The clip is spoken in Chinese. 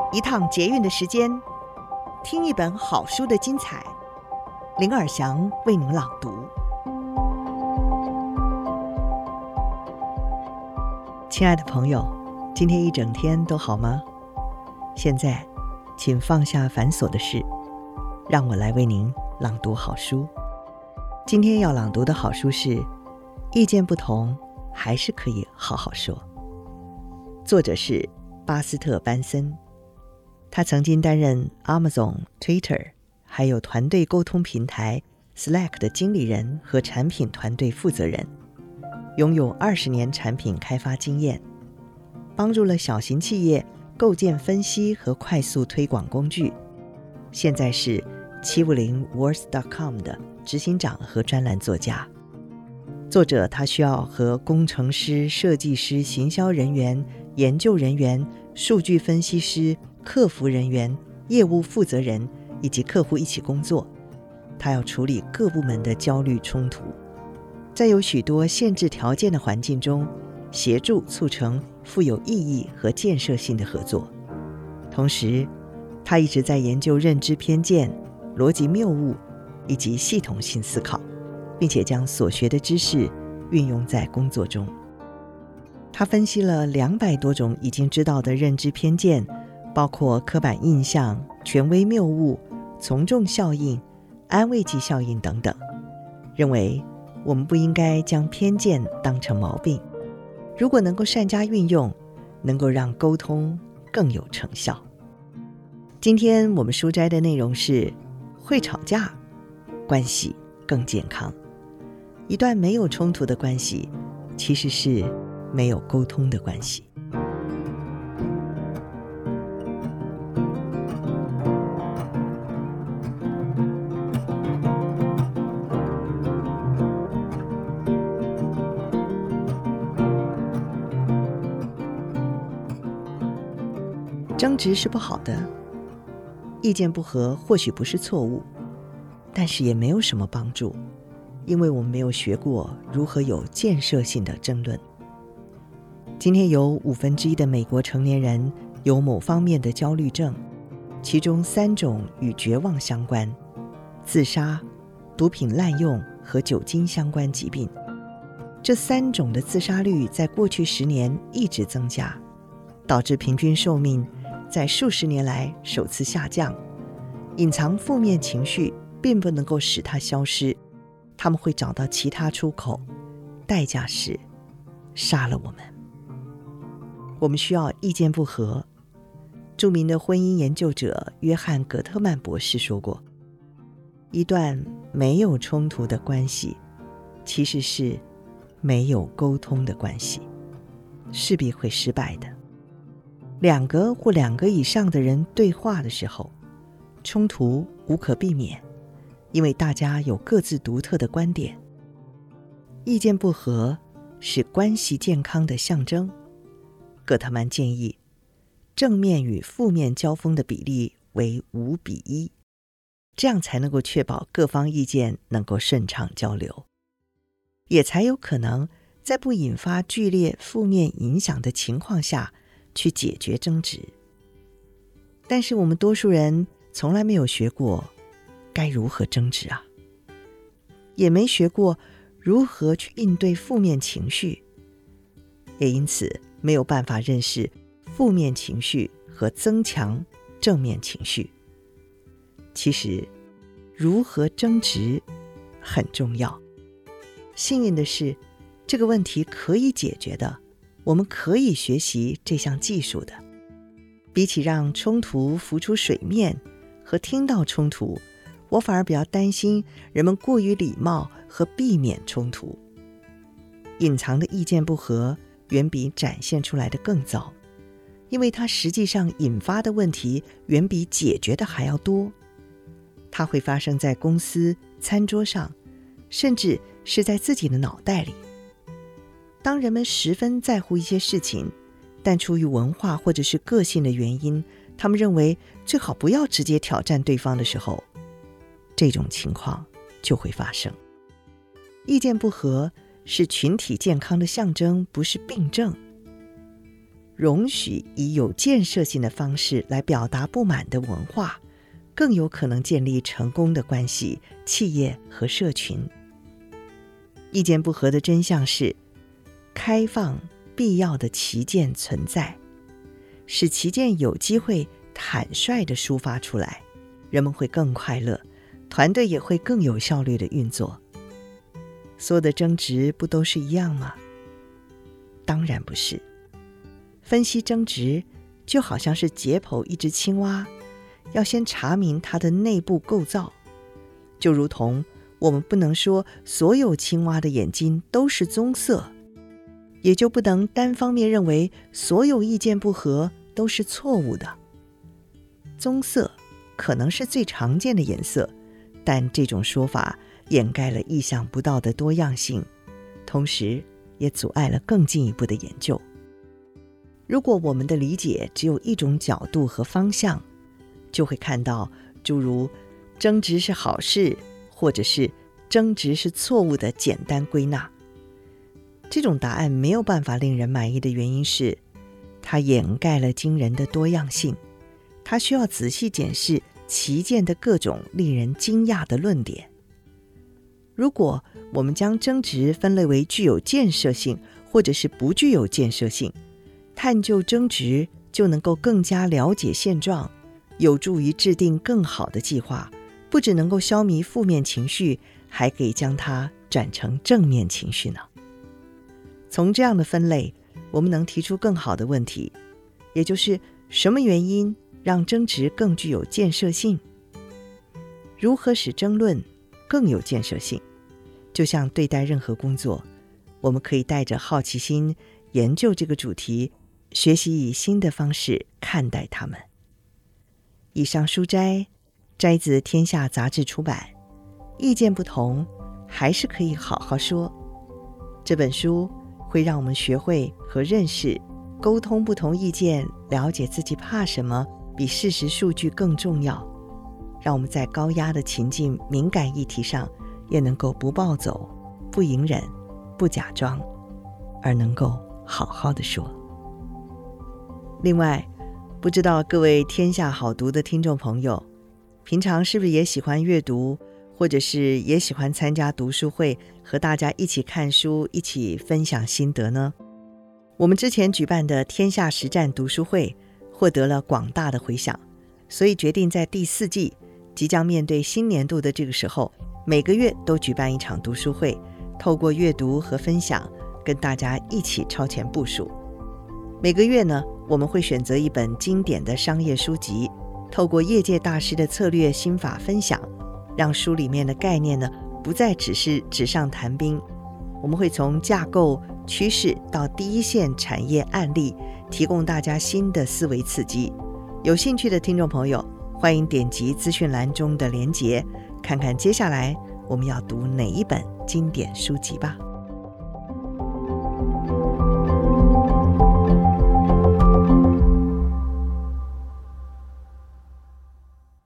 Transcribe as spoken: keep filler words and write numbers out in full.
一趟捷运的时间，听一本好书的精彩。林尔祥为您朗读。亲爱的朋友，今天一整天都好吗？现在请放下繁琐的事，让我来为您朗读好书。今天要朗读的好书是《意见不同还是可以好好说》，作者是巴斯特·班森。他曾经担任 Amazon、Twitter 还有团队沟通平台 Slack 的经理人和产品团队负责人，拥有二十年产品开发经验，帮助了小型企业构建分析和快速推广工具。现在是七五零 words dot com 的执行长和专栏作家。作者他需要和工程师、设计师、行销人员、研究人员、数据分析师、客服人员、业务负责人以及客户一起工作。他要处理各部门的焦虑冲突，在有许多限制条件的环境中，协助促成富有意义和建设性的合作。同时，他一直在研究认知偏见、逻辑谬误以及系统性思考，并且将所学的知识运用在工作中。他分析了两百多种已经知道的认知偏见，包括刻板印象、权威谬误、从众效应、安慰剂效应等等，认为我们不应该将偏见当成毛病，如果能够善加运用，能够让沟通更有成效。今天我们书摘的内容是：会吵架，关系更健康。一段没有冲突的关系，其实是没有沟通的关系。争执是不好的，意见不合或许不是错误，但是也没有什么帮助，因为我们没有学过如何有建设性的争论。今天有五分之一的美国成年人有某方面的焦虑症，其中三种与绝望相关：自杀、毒品滥用和酒精相关疾病。这三种的自杀率在过去十年一直增加，导致平均寿命在数十年来首次下降。隐藏负面情绪并不能够使它消失，他们会找到其他出口，代价是杀了我们。我们需要意见不合。著名的婚姻研究者约翰·葛特曼博士说过，一段没有冲突的关系其实是没有沟通的关系，势必会失败的。两个或两个以上的人对话的时候，冲突无可避免，因为大家有各自独特的观点。意见不合是关系健康的象征。葛特曼建议，正面与负面交锋的比例为五比一，这样才能够确保各方意见能够顺畅交流，也才有可能在不引发剧烈负面影响的情况下去解决争执。但是我们多数人从来没有学过该如何争执啊，也没学过如何去应对负面情绪，也因此没有办法认识负面情绪和增强正面情绪。其实，如何争执很重要。幸运的是，这个问题可以解决的，我们可以学习这项技术的。比起让冲突浮出水面和听到冲突，我反而比较担心人们过于礼貌和避免冲突。隐藏的意见不合远比展现出来的更糟，因为它实际上引发的问题远比解决的还要多。它会发生在公司餐桌上，甚至是在自己的脑袋里。当人们十分在乎一些事情，但出于文化或者是个性的原因，他们认为最好不要直接挑战对方的时候，这种情况就会发生。意见不合是群体健康的象征，不是病症。 容许以有建设性的方式来表达不满的文化，更有可能建立成功的关系、企业和社群。意见不合的真相是，开放必要的旗舰存在，使旗舰有机会坦率地抒发出来，人们会更快乐，团队也会更有效率地运作。所有的争执不都是一样吗？当然不是。分析争执就好像是解剖一只青蛙，要先查明它的内部构造。就如同我们不能说所有青蛙的眼睛都是棕色，也就不能单方面认为所有意见不合都是错误的。棕色可能是最常见的颜色，但这种说法掩盖了意想不到的多样性，同时也阻碍了更进一步的研究。如果我们的理解只有一种角度和方向，就会看到诸如争执是好事，或者是争执是错误的简单归纳。这种答案没有办法令人满意的原因是，它掩盖了惊人的多样性，它需要仔细检视旗舰的各种令人惊讶的论点。如果我们将争执分类为具有建设性或者是不具有建设性，探究争执就能够更加了解现状，有助于制定更好的计划，不只能够消弭负面情绪，还可以将它转成正面情绪呢。从这样的分类，我们能提出更好的问题，也就是什么原因让争执更具有建设性？如何使争论更有建设性？就像对待任何工作，我们可以带着好奇心研究这个主题，学习以新的方式看待它们。以上书摘摘自《天下》杂志出版，意见不同，还是可以好好说。这本书会让我们学会和认识沟通不同意见，了解自己怕什么，比事实数据更重要。让我们在高压的情境、敏感议题上，也能够不暴走、不隐忍、不假装，而能够好好的说。另外，不知道各位天下好读的听众朋友，平常是不是也喜欢阅读，或者是也喜欢参加读书会，和大家一起看书，一起分享心得呢？我们之前举办的天下实战读书会获得了广大的回响，所以决定在第四季即将面对新年度的这个时候，每个月都举办一场读书会，透过阅读和分享，跟大家一起超前部署。每个月呢，我们会选择一本经典的商业书籍，透过业界大师的策略心法分享，让书里面的概念呢，不再只是纸上谈兵。我们会从架构、趋势到第一线产业案例，提供大家新的思维刺激。有兴趣的听众朋友，欢迎点击资讯栏中的连结，看看接下来我们要读哪一本经典书籍吧。